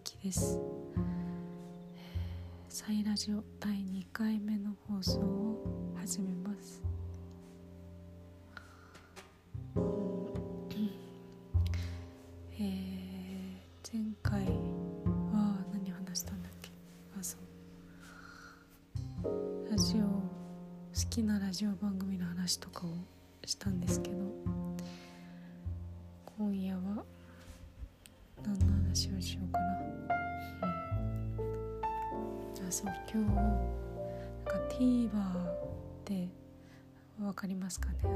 きです。サイラジオ第2回目の放送を始めます。前回は何話したんだっけ。ラジオ、好きなラジオ番組の話とかをしたんですけど、今夜は何の話をしようかな。今日TVer ってわかりますかね。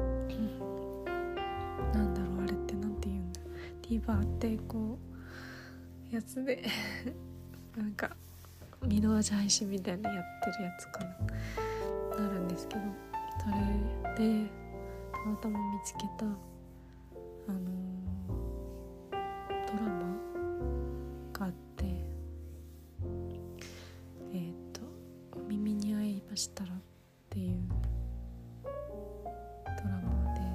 なんだろう、あれってなんて言うんだ。TVer ってこうやつでなんか見逃し配信みたいなやってるやつかなるんですけど、それでたまたま見つけたドラマがあって、お耳に合いましたらっていうドラマで、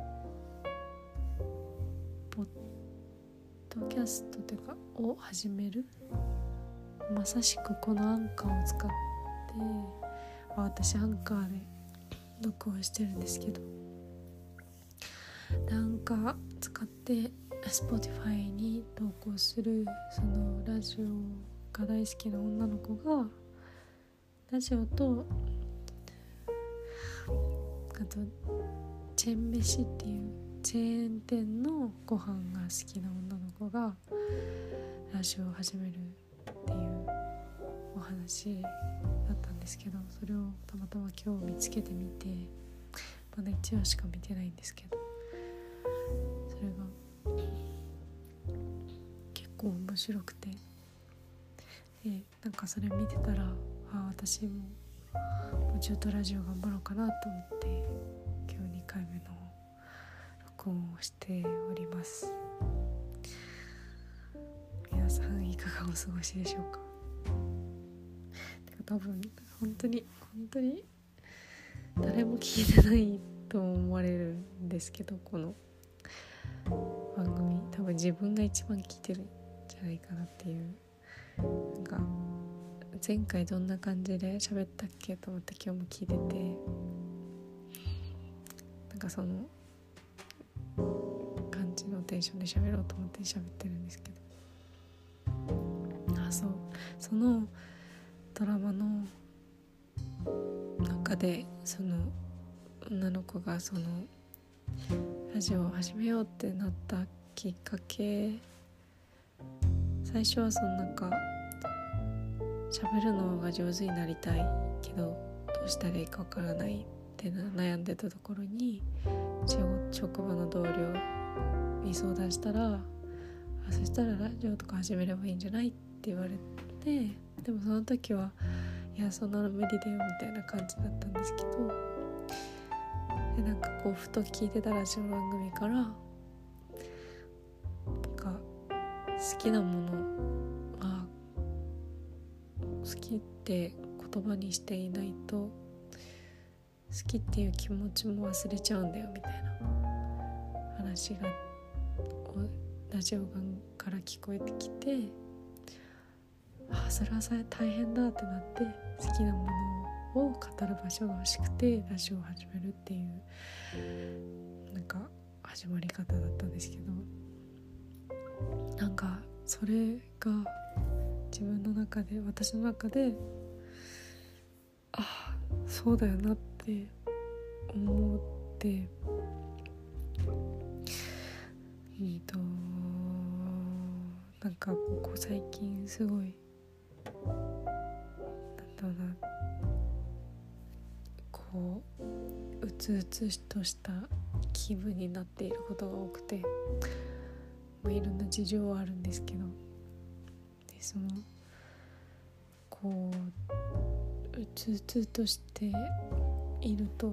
ポッドキャストというかを始める、まさしくこのアンカーを使って、私アンカーで録音してるんですけど、アンカー使ってSpotify に投稿するそのラジオが大好きな女の子が、ラジオとあとチェーン飯っていうチェーン店のご飯が好きな女の子がラジオを始めるっていうお話だったんですけど、それをたまたま今日見つけてみて、まだ1話しか見てないんですけど、それが結構面白くて、なんかそれ見てたら、私ももうちょっとラジオ頑張ろうかなと思って、今日2回目の録音をしております。皆さんいかがお過ごしでしょうか。多分本当に誰も聞いてないと思われるんですけど、この番組多分自分が一番聞いてるんじゃないかなっていう、なんか前回どんな感じで喋ったっけと思って今日も聞いてて、なんかその感じのテンションで喋ろうと思って喋ってるんですけど、そのドラマの中で、その女の子がそのラジオを始めようってなったきっかけ、最初はそのなんか喋るのが上手になりたいけどどうしたらいいかわからないって悩んでたところに、職場の同僚に相談したら、そしたらラジオとか始めればいいんじゃないって言われて、でもその時はいやそんなの無理だよみたいな感じだったんですけど、でなんかこうふと聞いてたラジオ番組から、なんか好きなものは好きって言葉にしていないと好きっていう気持ちも忘れちゃうんだよみたいな話がラジオから聞こえてきて、それは大変だってなって、好きなものを語る場所が欲しくてラジオを始めるっていうなんか始まり方だったんですけど、なんかそれが自分の中で、私の中でそうだよなって思って、なんかここ最近すごいこううつうつとした気分になっていることが多くて、いろんな事情はあるんですけど、でそのこううつうつとしていると、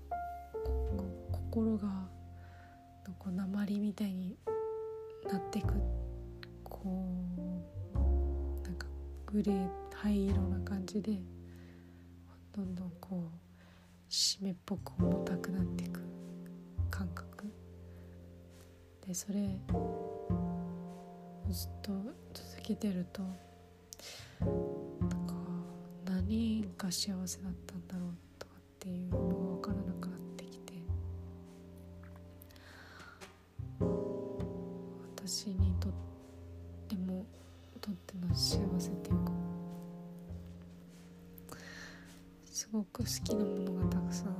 心がこう鉛みたいになっていく、こうなんかグレー灰色な感じでどんどんこう湿っぽく重たくなっていく感覚で、それをずっと続きてるとなんか何が幸せだったんだろうとかっていうのが分からなくなってきて、私にとっての幸せっていうか、すごく好きなものがたくさんあって、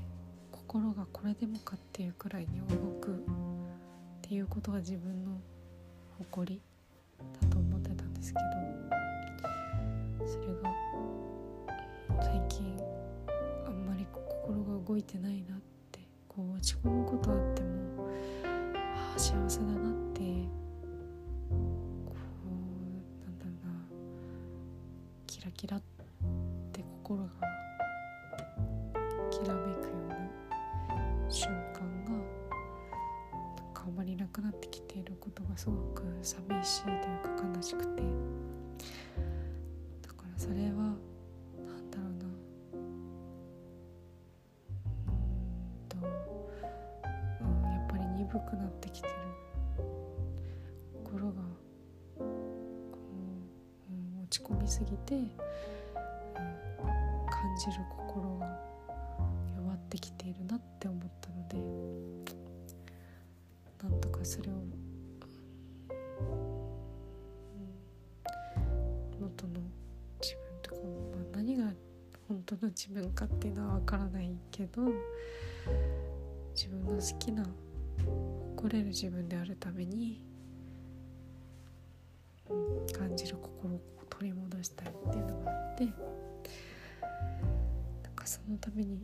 心がこれでもかっていうくらいに動くっていうことが自分の誇りだと思ってたんですけど、それが最近あんまり心が動いてないなって、こう落ち込むことあっても幸せだなって、こうなんだろうな、キラキラって心がきらめくような瞬間がなんかあまりなくなってきていることがすごく寂しいというか悲しくて、だからそれはなんだろうな、やっぱり鈍くなってきてる心が、落ち込みすぎて、感じる心が弱ってきているなって思ったので、なんとかそれを、元の自分とか、何が本当の自分かっていうのは分からないけど、自分の好きな誇れる自分であるために、感じる心を取り戻したいっていうのがあって、なんかそのために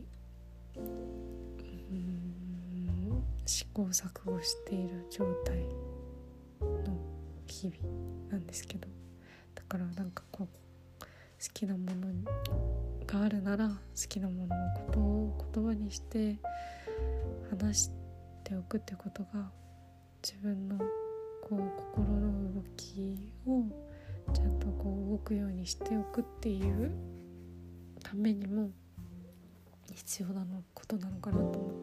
試行錯誤している状態の日々なんですけど、だからなんかこう好きなものがあるなら好きなもののことを言葉にして話しておくってことが、自分のこう心の動きをちゃんとこう動くようにしておくっていうためにも必要なことなのかなと思って、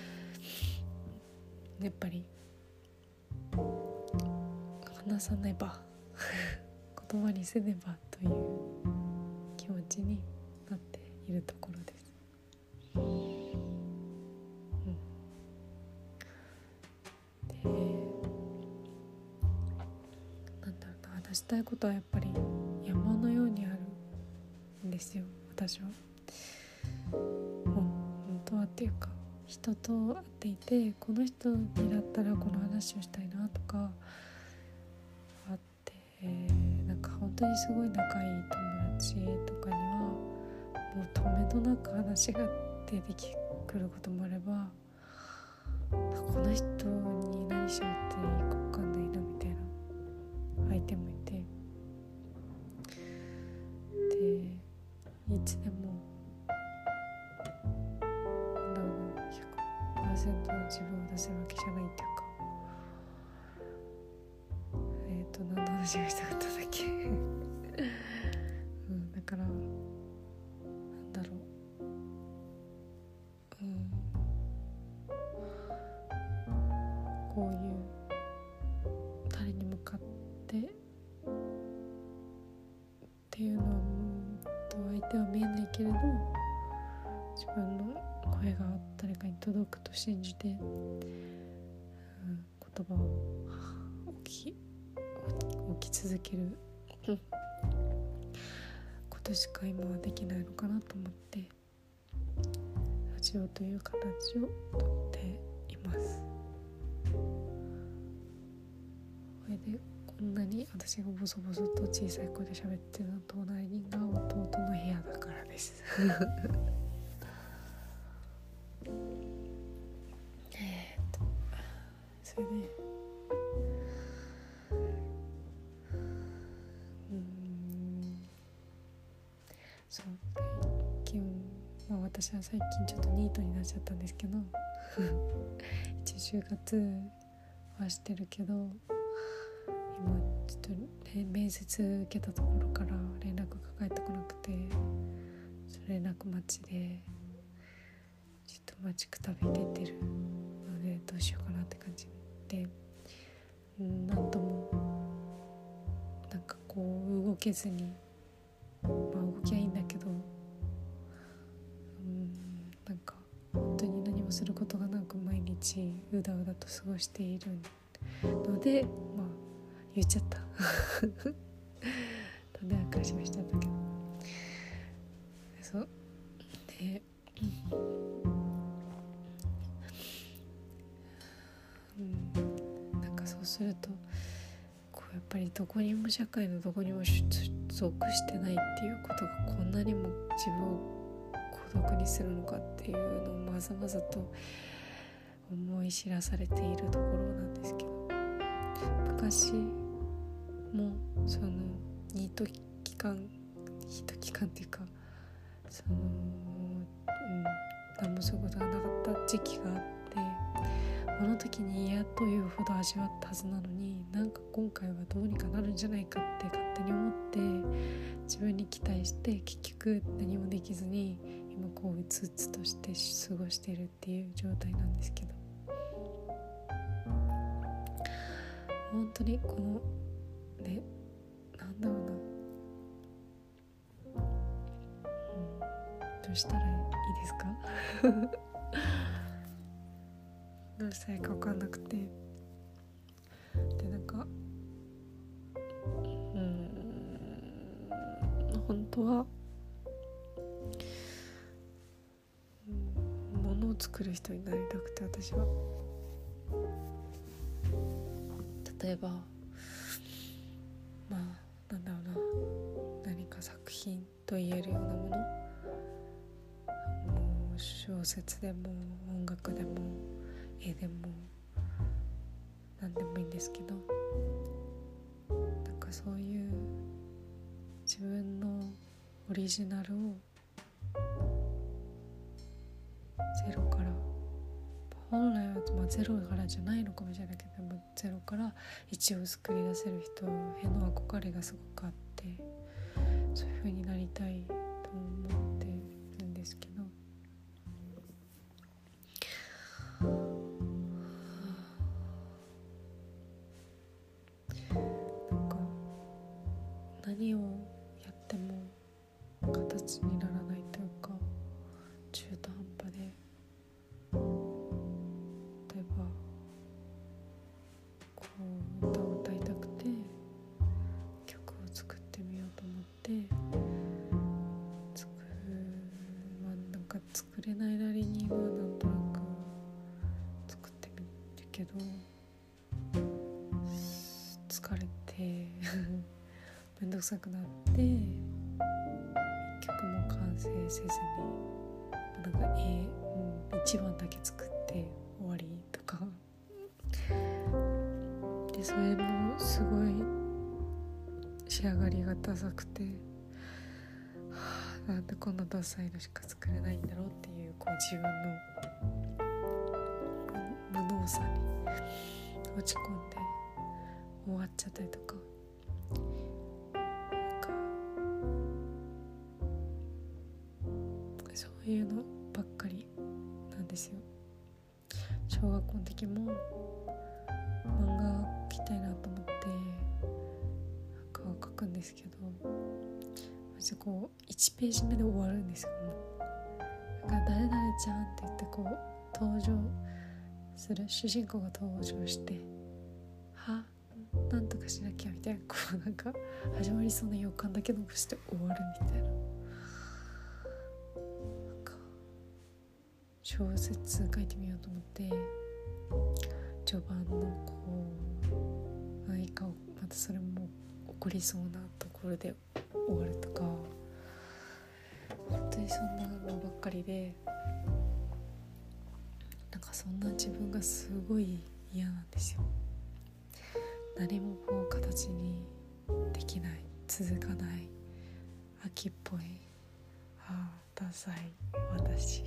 やっぱり話さねば言葉にせねばという気持ちになっているところです。で、なんだろうな、話したいことはやっぱり山のようにあるんですよ、私は。本当はっていうか、人と会っていて、この人にだったらこの話をしたいなとかあって、なんか本当にすごい仲いい友達とかにはもう止めどなく話が出てくることもあれば、この人に何しようっていいか分かんないなみたいな相手もいて、でいつでも100% の自分を出せるわけじゃないっていうか、何の話をしたかったんだっけだからなんだろう、こういう誰に向かってっていうのは相手は見えないけれど、自分の声が誰かに届くと信じて、言葉を置き続けることしか今はできないのかなと思って、ラジオという形をとっています。それでこんなに私がボソボソと小さい声で喋ってるのは隣人が弟の部屋だからですそれでそう私は最近ちょっとニートになっちゃったんですけど一応就活はしてるけど、今ちょっと、面接受けたところから連絡が返ってこなくて、それ連絡待ちでちょっと待ちくたびれてるので、どうしようかなって感じで、なんともこう動けずに、動きゃいいんだけど、なんか本当に何もすることがなく毎日うだうだと過ごしているので、言っちゃった種明かしをしちゃったけど、そうで、なんかそうするとこうやっぱりどこにも社会のどこにも属してないっていうことがこんなにも自分を孤独にするのかっていうのをまざまざと思い知らされているところなんですけど、昔もそのニート期間っていうか、その何もすることがなかった時期があって、あの時に嫌というほど味わったはずなのに、なんか今回はどうにかなるんじゃないかって勝手に思って自分に期待して、結局何もできずに今こううつうつとして過ごしているっていう状態なんですけど、本当にこのね、なんだろうな、どうしたらいいですかどうしたらいいか分かんなくて、でなんか本当は物を作る人になりたくて、私は例えばなんだろうな、何か作品と言えるようなもの、もう小説でも音楽でも絵でも何でもいいんですけど、なんかそういう自分のオリジナルをゼロから、本来はゼロからじゃないのかもしれないけど、ゼロから1を作り出せる人への憧れがすごくあって、そういう風になりたいと思ってるんですけど、なんか何をやっても形にならないというか、中途半端で、例えばこう歌を歌いたくて曲を作ってみようと思ってなんか作れないなりにはなんとなく作ってみるけど、疲れてめんどくさくなって一曲も完成せずに、なんか1番だけ作って終わりとかで、それもすごい仕上がりがダサくて、なんでこんなダサいのしか作れないんだろうっていう、こう自分の無能さに落ち込んで終わっちゃったりとか、なんかそういうのばっかりなんですよ。小学校の時も漫画描きたいなと思って描くんですけど、マジでこう1ページ目で終わるんですよ。なんか誰々ちゃんって言ってこう登場する主人公が登場して、なんとかしなきゃみたいな、こうなんか始まりそうな予感だけ残して終わるみたいな、なんか小説書いてみようと思って序盤のこう何かまたそれも起こりそうなところで終わるとか、本当にそんなのばっかりで、なんかそんな自分がすごい嫌なんですよ。何もこう形にできない、続かない、秋っぽい、ダサい私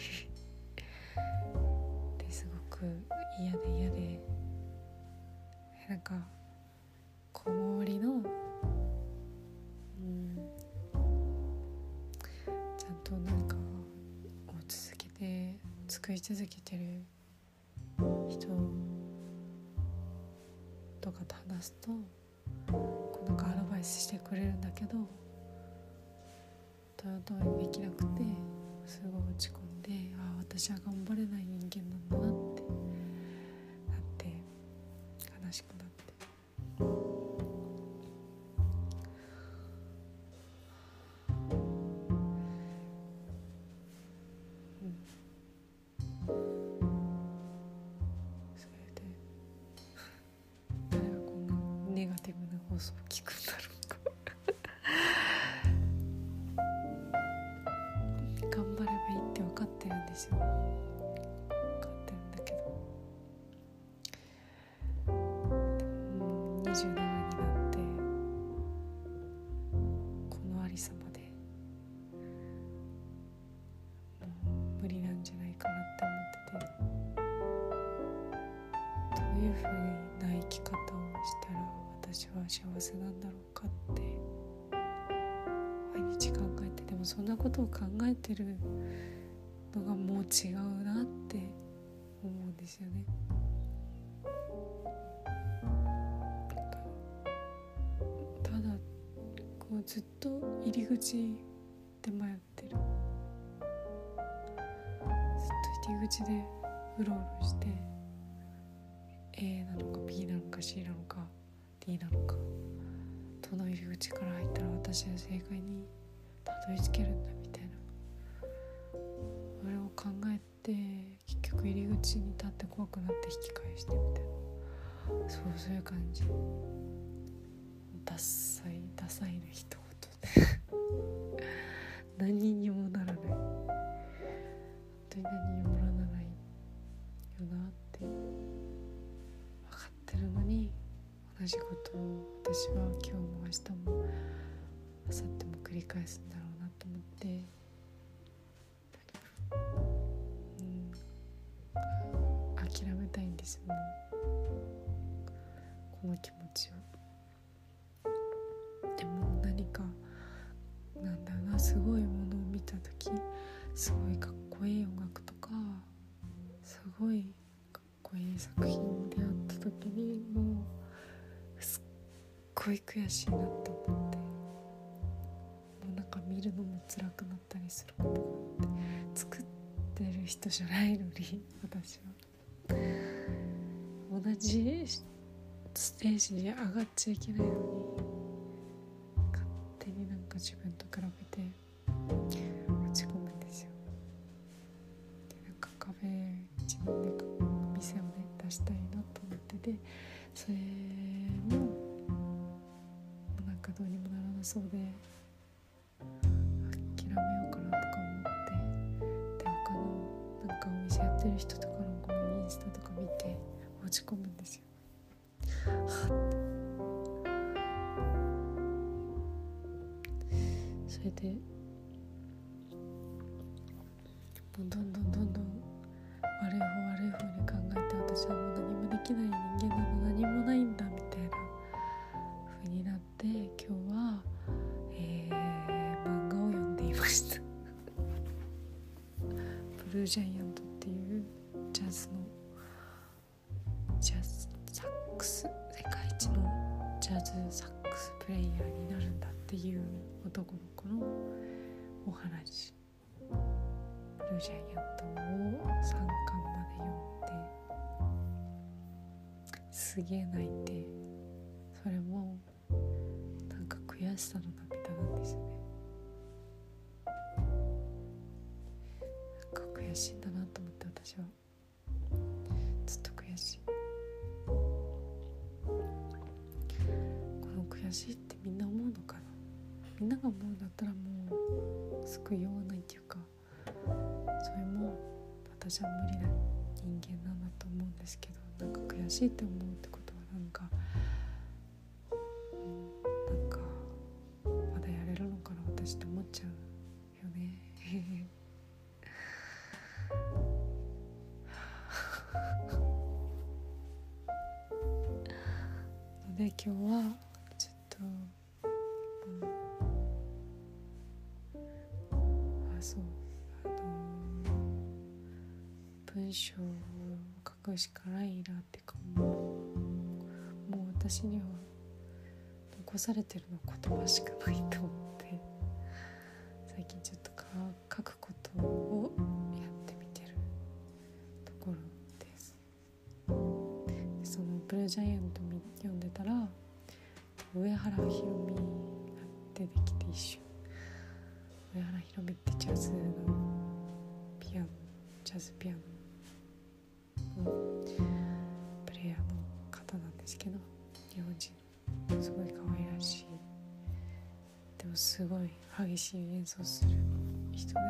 ですごく嫌で、なんかこう周りのちゃんと何かを作り続けてる人とかと話すと、 なんかアドバイスしてくれるんだけど、とできなくてすごい落ち込んで、私は頑張れない人間なんだなってなって悲しくなって、それで誰がこんなネガティブな放送を聞くんだろうか頑張ればいいって分かってるんですよ。分かってるんだけど、もう27になってこのありさまでもう無理なんじゃないかなって思ってて、どういう風な生き方をしたら私は幸せなんだろうかって毎日考えて、でもそんなことを考えてるのがもう違うなって思うんですよね。ただこうずっと入り口で迷ってる、ずっと入り口でうろうろして A なのか B なのか C なのか D なのか、どの入り口から入ったら私は正解にたどり着けるんだみたいな、それを考えて結局入り口に立って怖くなって引き返してみたいな、そういう感じ。ダッサいの一言で何にもならない、本当に何にもならないよなって分かってるのに、同じことを私は今日も明日も明後日も繰り返すんだろうなと思って、諦めたいんですよ、もうこの気持ちを。でも何かなんだろうな、すごいものを見た時、すごいかっこいい音楽とかすごいかっこいい作品に出会った時にもうすっごい悔しいなと思って、もうなんか見るのも辛くなったりすることがあって、作ってる人じゃないのに私は同じステージに上がっちゃいけないのに、勝手になんか自分と比べて落ち込むんですよ。でなんかカフェ自分で店をね出したいなと思ってて、それもなんかどうにもならなそうで諦めようかなとか思って、で他のなんかお店やってる人とかのこうインスタとか見て落ち込むんですよ。それでもうどんどん悪い方に考えて、私はもう何もできない人間なの、何もないんだみたいな風になって、今日は、漫画を読んでいましたブルージャイアントっていうジャズサックス、世界一のジャズサックスプレイヤーになるんだっていう男の子のお話、ブルージャイアントを3巻まで読んですげえ泣いて、それもなんか悔しさの涙なんですよね。なんか悔しいんだなと思って、私はずっと悔しい。この悔しいってみんな思うのかな。みんなが思うんだったらもう救いようがないっていうか、それも私は無理な人間なんだと思うんですけど、なんか悔しいって思うってことはなんかまだやれるのかな私って思っちゃうよねので今日はちょっと、文章を書くしかないなってか、もう私には残されてるのは言葉しかないと思って最近ちょっと書くことをやってみてるところです。でそのブルージャイアント読んでたら上原ひろみが出てきて一瞬上原ひろみってジャズピアノのプレイヤーの方なんですけど日本人すごい可愛らしいでもすごい激しい演奏する人で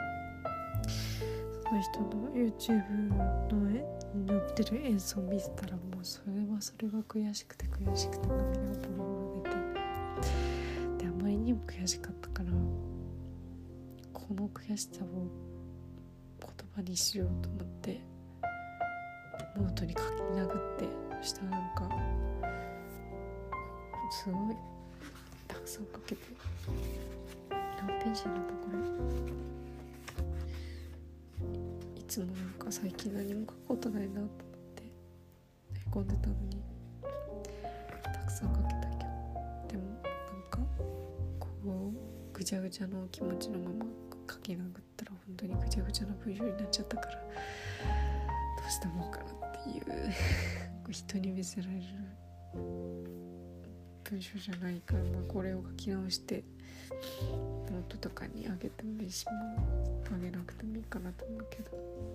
その人の YouTube のに載ってる演奏見てたらもうそれが悔しくて涙がボロボロ出てであまりにも悔しかったからこの悔しさを言葉にしようと思ってノートに書き殴ってそしたらなんかすごいたくさん書けて何ページなんだこれいつもなんか最近何も書くことないなと思ってへこんでたのにたくさん書けたけどでもなんかこうぐちゃぐちゃの気持ちのまま書き殴ったら本当にぐちゃぐちゃな文章になっちゃったからどうしたもんかなっていう人に見せられる文章じゃないから、これを書き直してノートとかにあげてもいいしもうあげなくてもいいかなと思うけど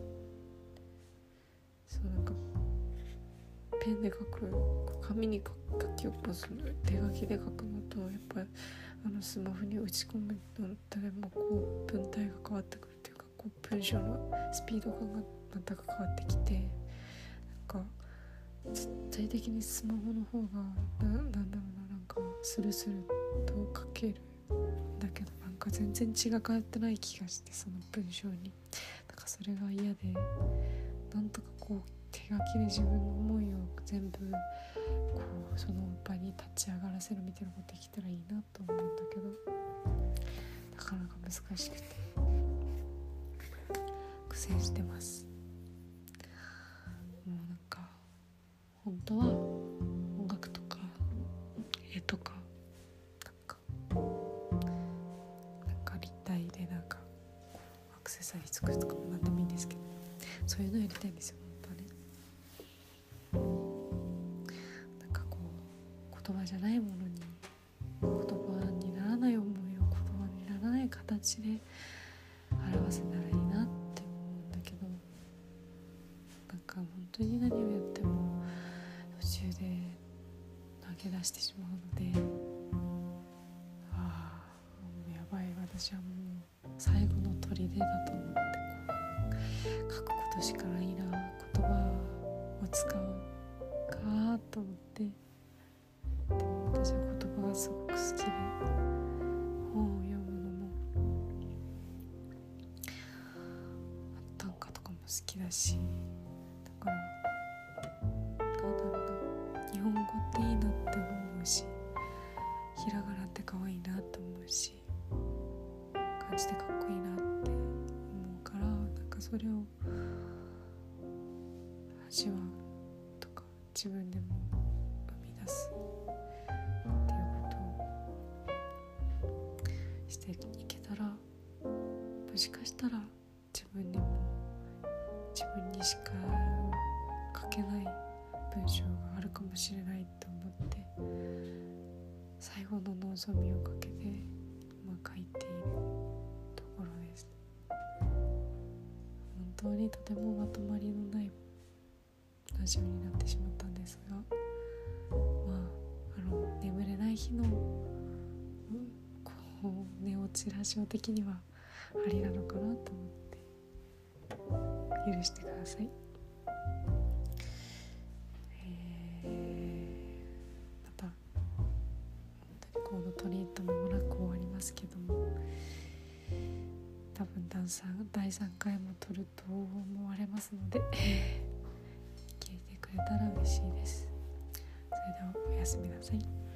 そうなんかペンで書く紙に書き起こすの手書きで書くのとやっぱりスマホに打ち込むのとでもこう文体が変わってくるというかこう文章のスピード感が全く変わってきてなんか絶対的にスマホの方がなんだろうななんかスルスルと書けるんだけどなんか全然血が通ってない気がしてその文章になんかそれが嫌でなんとかこう手書きで自分の思いを全部こうその場に立ち上がらせるみたいなことできたらいいなと思うんだけどなかなか難しくて苦戦してます。もうなんか本当は音楽とか絵とかなんか立体でなんかアクセサリー作るとかもなんでもいいんですけどそういうのやりたいんですよ本当はね。なんかこう言葉じゃないものに言葉にならない思いを言葉にならない形で表せたらいいなって思うんだけどなんか本当に何をやっても途中で投げ出してしまうのでもうやばい私はもう最後の砦だと思ってこう書くことしかないな言葉を使うかと思ってでも私は言葉がすごく好きで本を読むのも短歌とかも好きだしだからなんだろうな日本語っていいなって思うしひらがなって可愛いなって思うし漢字でかっこいいなって思うからなんかそれを味わうとか自分でも生み出すっていうことをしていけたらもしかしたら自分にしか書けない文章があるかもしれないと思って最後の望みをかけて、書いているところです。本当にとてもまとまりのないラジオになってしまったんですが眠れない日のこう寝落ちラジオ的にはありなのかなと思って許してください。また本当にこのトリート間もなく終わりますけども多分第3回も撮ると思われますので聞いてくれたら嬉しいです。それではおやすみなさい。